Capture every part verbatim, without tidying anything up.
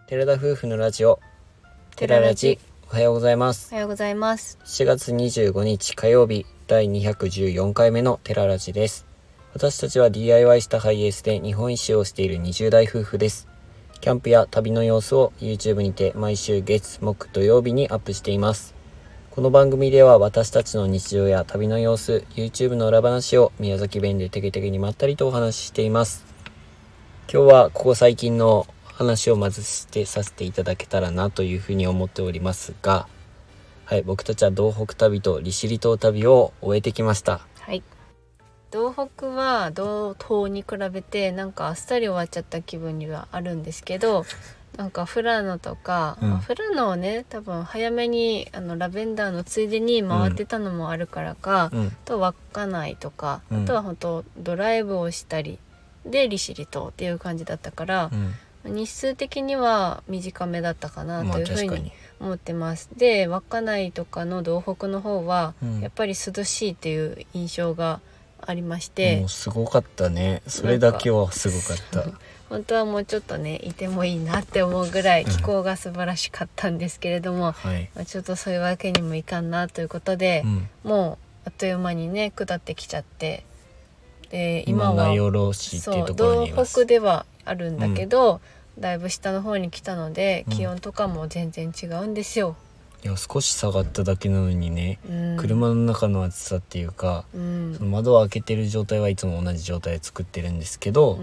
寺田夫婦のラジオテララジ。おはようございます。 おはようございます。 しちがつにじゅうごにち火曜日、だいにひゃくじゅうよんかいめのテララジです。私たちは ディーアイワイ したハイエースで日本一周をしているにじゅう代夫婦です。キャンプや旅の様子を YouTube にて毎週月木土曜日にアップしています。この番組では私たちの日常や旅の様子、YouTube の裏話を宮崎弁でテケテケにまったりとお話ししています。今日はここ最近の話をまずしてさせていただけたらなというふうに思っておりますが、はい、僕たちは道北旅と利尻島旅を終えてきました。 はい。道北は道東に比べてなんかあっさり終わっちゃった気分にはあるんですけど、なんか富良野とか、 うんまあ、富良野をね多分早めにあのラベンダーのついでに回ってたのもあるからか、 うんあと稚内とか、 うんあとは本当ドライブをしたりで利尻島っていう感じだったから、 うん、 日数的には短めだったかなというふうにまあ確かに思ってます。で稚内とかの道北の方は、 うんやっぱり涼しいっていう印象がありまして、 もうすごかったね。それだけはすごかった。 本当はもうちょっとねいてもいいなって思うぐらい気候が素晴らしかったんですけれども、 はい、 まあ、ちょっとそういうわけにもいかんなということで、 うん、 もうあっという間にね下ってきちゃって、で今今は名寄市っていうところそうにいます。 道北ではあるんだけど、うん、だいぶ下の方に来たのでうん気温とかも全然違うんですよ。 いや少し下がっただけなのにね、 うん、 車の中の暑さっていうか、 うん、 その窓を開けてる状態はいつも同じ状態で作ってるんですけど、 うん、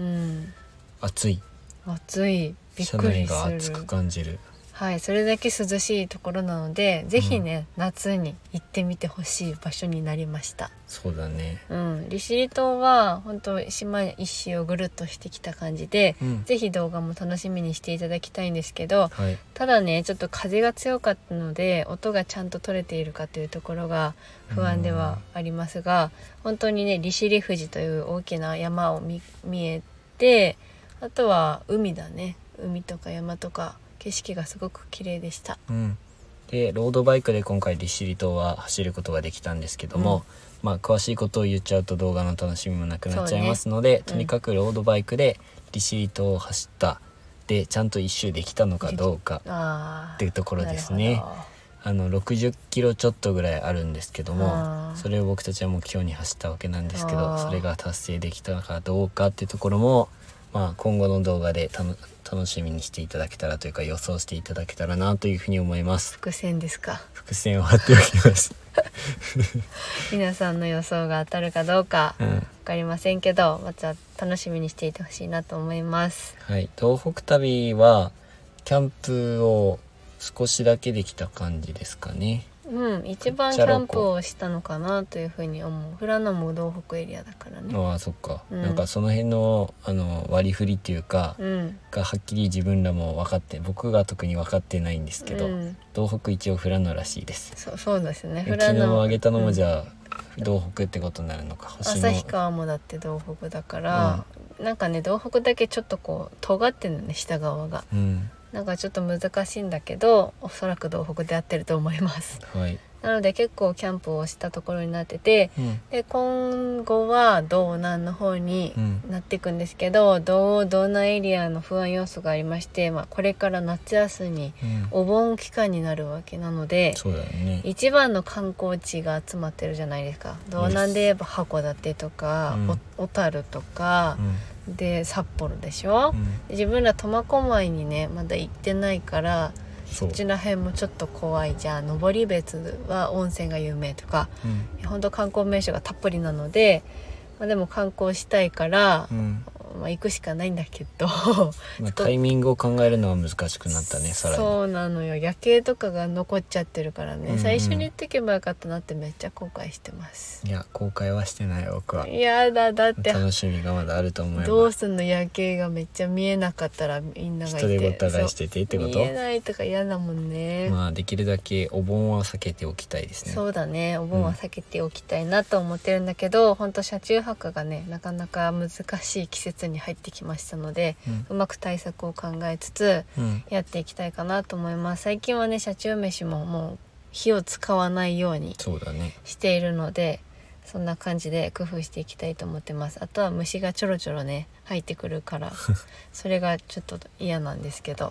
暑い、 暑い、びっ車くりす内が暑くる。 感じる。 はい、それだけ涼しいところなので、ぜひね、うん、夏に行ってみてほしい場所になりました。 そうだね。 うん、利尻島は本当島一周をぐるっとしてきた感じで、うん、ぜひ動画も楽しみにしていただきたいんですけど、 はい、 ただねちょっと風が強かったので音がちゃんと取れているかというところが不安ではありますが、本当にね利尻富士という大きな山を 見, 見えて、あとは海だね、海とか山とか景色がすごく綺麗でした。 うん、でロードバイクで今回利尻島は走ることができたんですけども、うん、まあ詳しいことを言っちゃうと動画の楽しみもなくなっちゃいますので、ね、とにかくロードバイクで利尻島を走ったでちゃんと一周できたのかどうかっていうところですね。あのろくじゅっキロちょっとぐらいあるんですけども、それを僕たちは目標に走ったわけなんですけど、それが達成できたのかどうかっていうところも、まあ、今後の動画でたの楽しみにしていただけたらというか予想していただけたらなというふうに思います。 伏線ですか。 伏線を張っておきます皆さんの予想が当たるかどうか分かりませんけど、うん、また楽しみにしていてほしいなと思います。 はい、東北旅はキャンプを少しだけできた感じですかね。 うん、一番キャンプをしたのかなというふうに思う。富良野も道北エリアだからね。 ああそっか、 うん、 なんかその辺の、あの割り振りっていうか、 うん、 がはっきり自分らも分かって僕が特に分かってないんですけど、うん、東北一応富良野らしいです。 そ, そうですね。 昨日挙げたのもじゃあ、うん、道北ってことになるのか。 星の旭川もだって道北だから、うん、なんかね道北だけちょっとこう尖ってるのね下側が、 うん、 なんかちょっと難しいんだけどおそらく道北で合ってると思います。 はい、 なので結構キャンプをしたところになってて、うん、で今後は道南の方になっていくんですけど、うん、道道南エリアの不安要素がありまして、まあ、これから夏休み、うん、お盆期間になるわけなので、 そうだよね、 一番の観光地が集まってるじゃないですか。道南で言えば函館とか、うん、小樽とか、うん、で札幌でしょ、うん、自分ら苫小牧にねまだ行ってないからそっちら辺もちょっと怖い。じゃあ登別は温泉が有名とか、うん、本当観光名所がたっぷりなので、まあ、でも観光したいから、うんまあ、行くしかないんだけどまあタイミングを考えるのは難しくなったね。さらにそうなのよ、夜景とかが残っちゃってるからね、うんうん、最初に言ってけばよかったなってめっちゃ後悔してます。 いや後悔はしてない僕は。 いやだだって楽しみがまだあると思えば。 どうすんの、夜景がめっちゃ見えなかったらみんながいて人でごった返しててってこと。 見えないとか嫌だもんね。 まあできるだけお盆は避けておきたいですね。 そうだね、お盆は避けておきたいなと思ってるんだけど、うん、本当車中泊がねなかなか難しい季節に入ってきましたので、うん、うまく対策を考えつつやっていきたいかなと思います。最近はね車中飯ももう火を使わないようにしているので、そんな感じで工夫していきたいと思ってます。あとは虫がちょろちょろね入ってくるからそれがちょっと嫌なんですけど、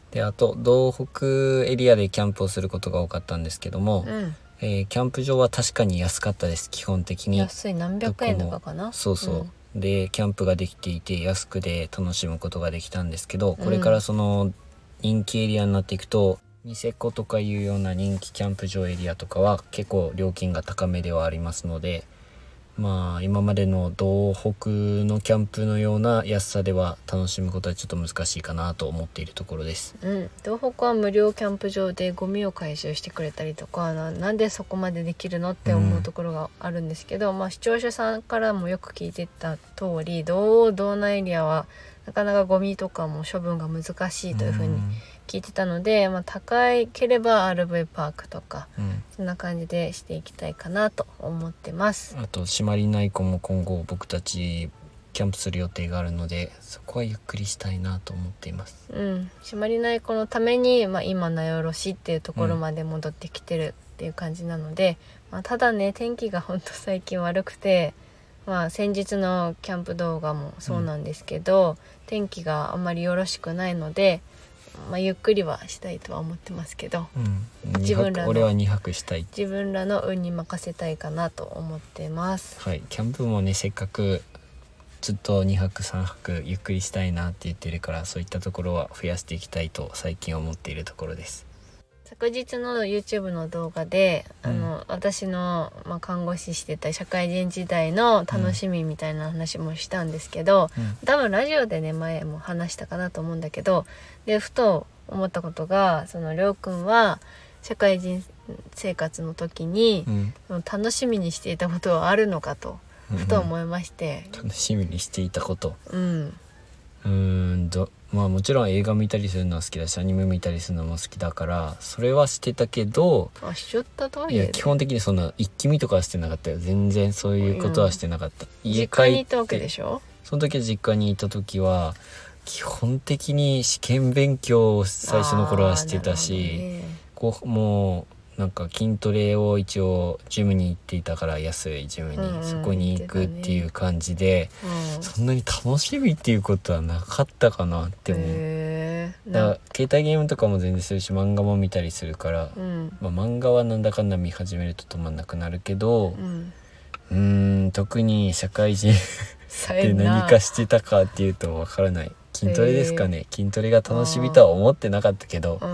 であと道北エリアでキャンプをすることが多かったんですけども、 うんえーキャンプ場は確かに安かったです。基本的に安い何百円とかかな。 そうそう、 うんでキャンプができていて安くで楽しむことができたんですけど、これからその人気エリアになっていくと、ニセコとかいうような人気キャンプ場エリアとかは結構料金が高めではありますので、まあ今までの道北のキャンプのような安さでは楽しむことはちょっと難しいかなと思っているところです。 うん、東北は無料キャンプ場でゴミを回収してくれたりとか な, なんでそこまでできるのって思うところがあるんですけど、うんまあ、視聴者さんからもよく聞いてた通り道道内エリアはなかなかゴミとかも処分が難しいというふうに聞いてたので、まあ、高ければ アールブイ パークとか、うん、そんな感じでしていきたいかなと思ってます。 あと朱鞠内湖も今後僕たちキャンプする予定があるので、そこはゆっくりしたいなと思っています。 うん、朱鞠内湖のために、まあ、今名寄市っていうところまで戻ってきてるっていう感じなので、うんまあ、ただね天気がほんと最近悪くて、まあ、先日のキャンプ動画もそうなんですけど、うん、天気があんまりよろしくないので、まあ、ゆっくりはしたいとは思ってますけど、 うん、自分らの俺はにはくしたい、 自分らの運に任せたいかなと思ってます。 はい、キャンプもねせっかくずっとにはくさんはくゆっくりしたいなって言ってるから、そういったところは増やしていきたいと最近思っているところです。 昨日の YouTube の動画で、うん、あの私の、まあ、看護師してた社会人時代の楽しみみたいな話もしたんですけど、うん、多分ラジオでね前も話したかなと思うんだけど、でふと思ったことが、そのりょうくんは社会人生活の時に、うん、楽しみにしていたことはあるのかとふと思いまして、 うんうん、楽しみにしていたことうんうーんどまあもちろん映画見たりするのは好きだし、アニメ見たりするのも好きだからそれはしてたけど、 あしちゃったといや基本的にそんな一気見とかはしてなかったよ。全然そういうことはしてなかった、 うん、家帰って実家に行ったわけでしょ。 その時は実家にいた時は基本的に試験勉強を最初の頃はしてたし、ね、こうもうなんか筋トレを一応ジムに行っていたから、安いジムに、うんうん、そこに行くっていう感じで、うん、そんなに楽しみっていうことはなかったかなって思う。 へー、 だから携帯ゲームとかも全然するし漫画も見たりするから、うんまあ、漫画はなんだかんだ見始めると止まんなくなるけど、うん、うーん特に社会人で何かしてたかっていうとわからない。筋トレですかね。筋トレが楽しみとは思ってなかったけど、うん、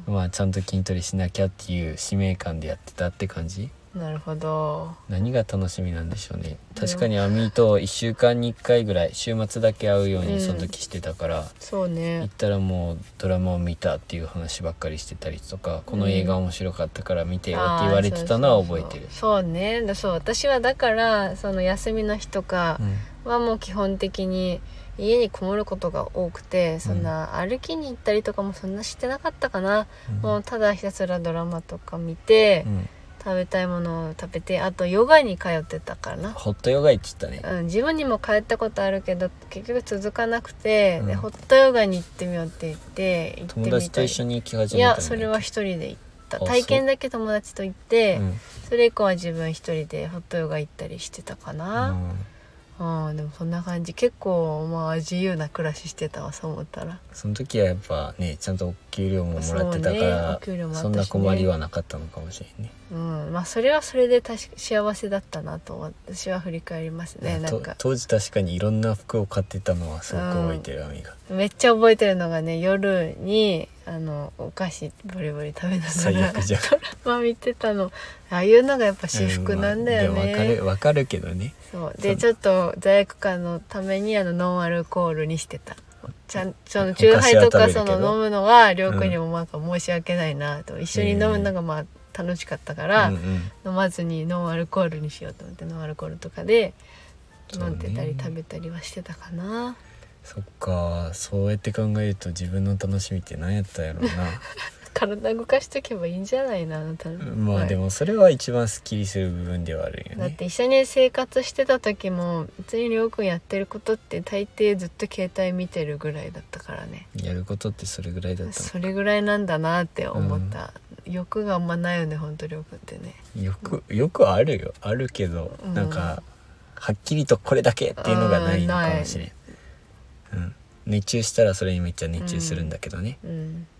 まあちゃんと筋トレしなきゃっていう使命感でやってたって感じ。 なるほど。 何が楽しみなんでしょうね。確かにアミといっしゅうかんにいっかいぐらい週末だけ会うようにその時してたから、うん、 そうね、 行ったらもうドラマを見たっていう話ばっかりしてたりとか、この映画面白かったから見てよって言われてたのは覚えてる。 そうね、そう私はだからその休みの日とかはもう基本的に家にこもることが多くて、そんな歩きに行ったりとかもそんなしてなかったかな、うん、もうただひたすらドラマとか見て、うん、食べたいものを食べて、あとヨガに通ってたからな。 ホットヨガ行ってたね、 うん、自分にも通ったことあるけど結局続かなくて、うん、でホットヨガに行ってみようって言って行ってみたい。 友達と一緒に行き始めたんだっけ？ いやそれは一人で行った。体験だけ友達と行って、うん、それ以降は自分一人でホットヨガ行ったりしてたかな、うんあでもそんな感じ。結構まあ自由な暮らししてたわ、そう思ったら。 その時はやっぱねちゃんとお給料ももらってたから そ,、ねそんな困りはなかったのかもしれんね。 うんまあそれはそれで確か幸せだったなと私は振り返りますね。なんか当時確かにいろんな服を買ってたのはすごく覚えてる、アミが、 うん、めっちゃ覚えてるのがね、夜にあのお菓子ボリボリ食べながら最悪じゃんドラマ見てたの。ああいうのがやっぱ至福なんだよね、 うんまあ、でも分かる分かるけどね。 そうでちょっと罪悪感のためにあのノンアルコールにしてた。ちゃんそのチューハイとかその飲むのはりょうくんにもなんか申し訳ないなと、うん、一緒に飲むのがまあ楽しかったから、うんうん、飲まずにノンアルコールにしようと思ってノンアルコールとかで飲んでたり食べたりはしてたかな。 そっか、そうやって考えると自分の楽しみって何やったやろうな体動かしとけばいいんじゃないなあなたの。 まあでもそれは一番スッキリする部分ではあるよね。 だって一緒に生活してた時も別にりょうくんやってることって大抵ずっと携帯見てるぐらいだったからね。 やることってそれぐらいだったの。 それぐらいなんだなって思った、うん、欲があんまないよね本当りょうくんってね。 欲よくあるよ、あるけど、うん、なんかはっきりとこれだけっていうのがないのかもしれん、うん、熱中したらそれにめっちゃ熱中するんだけどね、 うんうん、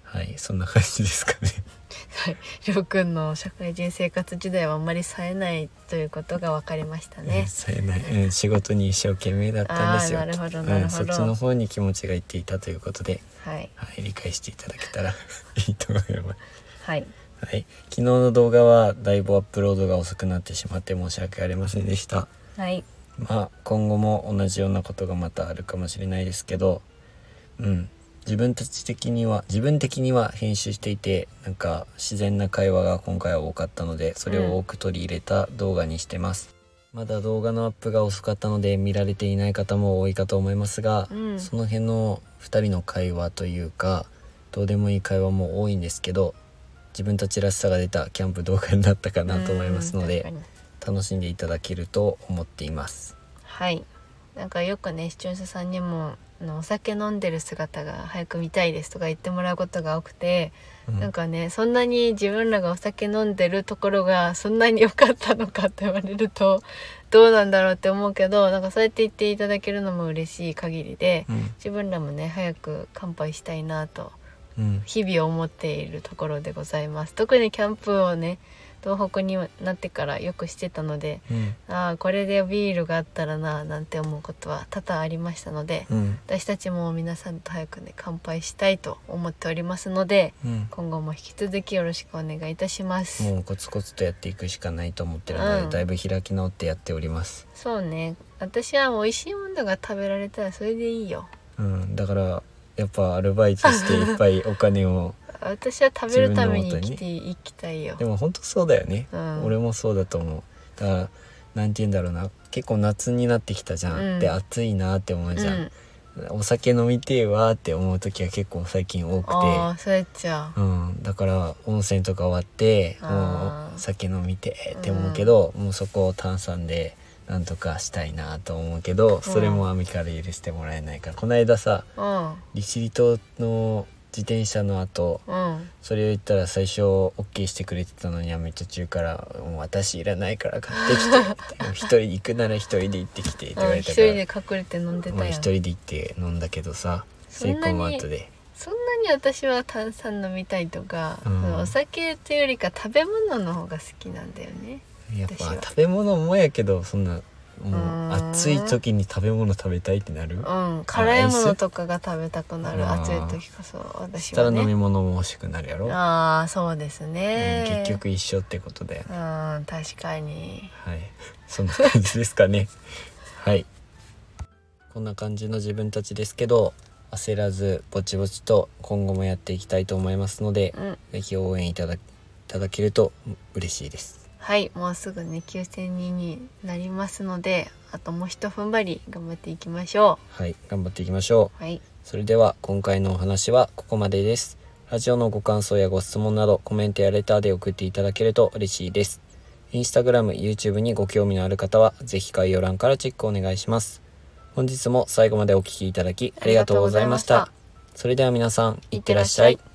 はい、そんな感じですかね。 はい、りょうくんの社会人生活時代はあんまり冴えないということが分かりましたね。 冴えない、うん、仕事に一生懸命だったんですよ。 あーなるほどなるほど、 うん、そっちの方に気持ちがいっていたということで、 はいはい、理解していただけたらいいと思います。 はい、 はい、昨日の動画はだいぶアップロードが遅くなってしまって申し訳ありませんでした。 はい、 まあ今後も同じようなことがまたあるかもしれないですけど、うん自分たち的には自分的には編集していてなんか自然な会話が今回は多かったので、それを多く取り入れた動画にしてます、うん、まだ動画のアップが遅かったので見られていない方も多いかと思いますが、うん、その辺のふたりの会話というかどうでもいい会話も多いんですけど、自分たちらしさが出たキャンプ動画になったかなと思いますので、楽しんでいただけると思っています。 はい、なんかよくね視聴者さんにもお酒飲んでる姿が早く見たいですとか言ってもらうことが多くて、うん、なんかねそんなに自分らがお酒飲んでるところがそんなに良かったのかって言われるとどうなんだろうって思うけど、なんかそうやって言っていただけるのも嬉しい限りで、うん、自分らもね早く乾杯したいなと日々思っているところでございます。特にキャンプをね東北になってからよくしてたので、うん、ああこれでビールがあったらななんて思うことは多々ありましたので、うん、私たちも皆さんと早くね乾杯したいと思っておりますので、うん、今後も引き続きよろしくお願いいたします。 もうコツコツとやっていくしかないと思ってるので、うん、だいぶ開き直ってやっております。 そうね、私はもう美味しいものが食べられたらそれでいいよ、 うん、だからやっぱアルバイトしていっぱいお金を私は食べるために生きていきたいよ。 でも本当そうだよね、うん、俺もそうだと思う。だからなんて言うんだろうな、結構夏になってきたじゃん、うん、で暑いなって思うじゃん、うん、お酒飲みてえわって思う時は結構最近多くて、 あそうやっちゃう、うん、だから温泉とか終わってもう酒飲みてえって思うけど、うん、もうそこを炭酸でなんとかしたいなと思うけど、それもアミカル許してもらえないから、この間さ、うん、利尻島の自転車の後、うん、それを言ったら最初 OK してくれてたのにめっちゃ途中から「もう私いらないから買ってきて」って「一人行くなら一人で行ってきて」って言われたから、 一人で隠れて飲んでたやん。 一人で行って飲んだけどさ、セイコーマートでそんなに私は炭酸飲みたいとか、うん、お酒というよりか食べ物の方が好きなんだよね。 やっぱ食べ物もやけど、そんなもう暑い時に食べ物食べたいってなる、 うん、辛いものとかが食べたくなる。暑い時こそ私はね。 したら飲み物も欲しくなるやろ。 ああそうですね、 うん、結局一緒ってことだよね。 うん確かに。 はいそんな感じですかねはいこんな感じの自分たちですけど、焦らずぼちぼちと今後もやっていきたいと思いますので、うん、ぜひ応援いただいただけると嬉しいです。 はい、もうすぐねきゅうせんにんになりますので、あともうひと踏ん張り頑張っていきましょう。はい頑張っていきましょう。はい、それでは今回のお話はここまでです。ラジオのご感想やご質問などコメントやレターで送っていただけると嬉しいです。インスタグラム、YouTube にご興味のある方はぜひ概要欄からチェックお願いします。本日も最後までお聞きいただきありがとうございました。それでは皆さんいってらっしゃい。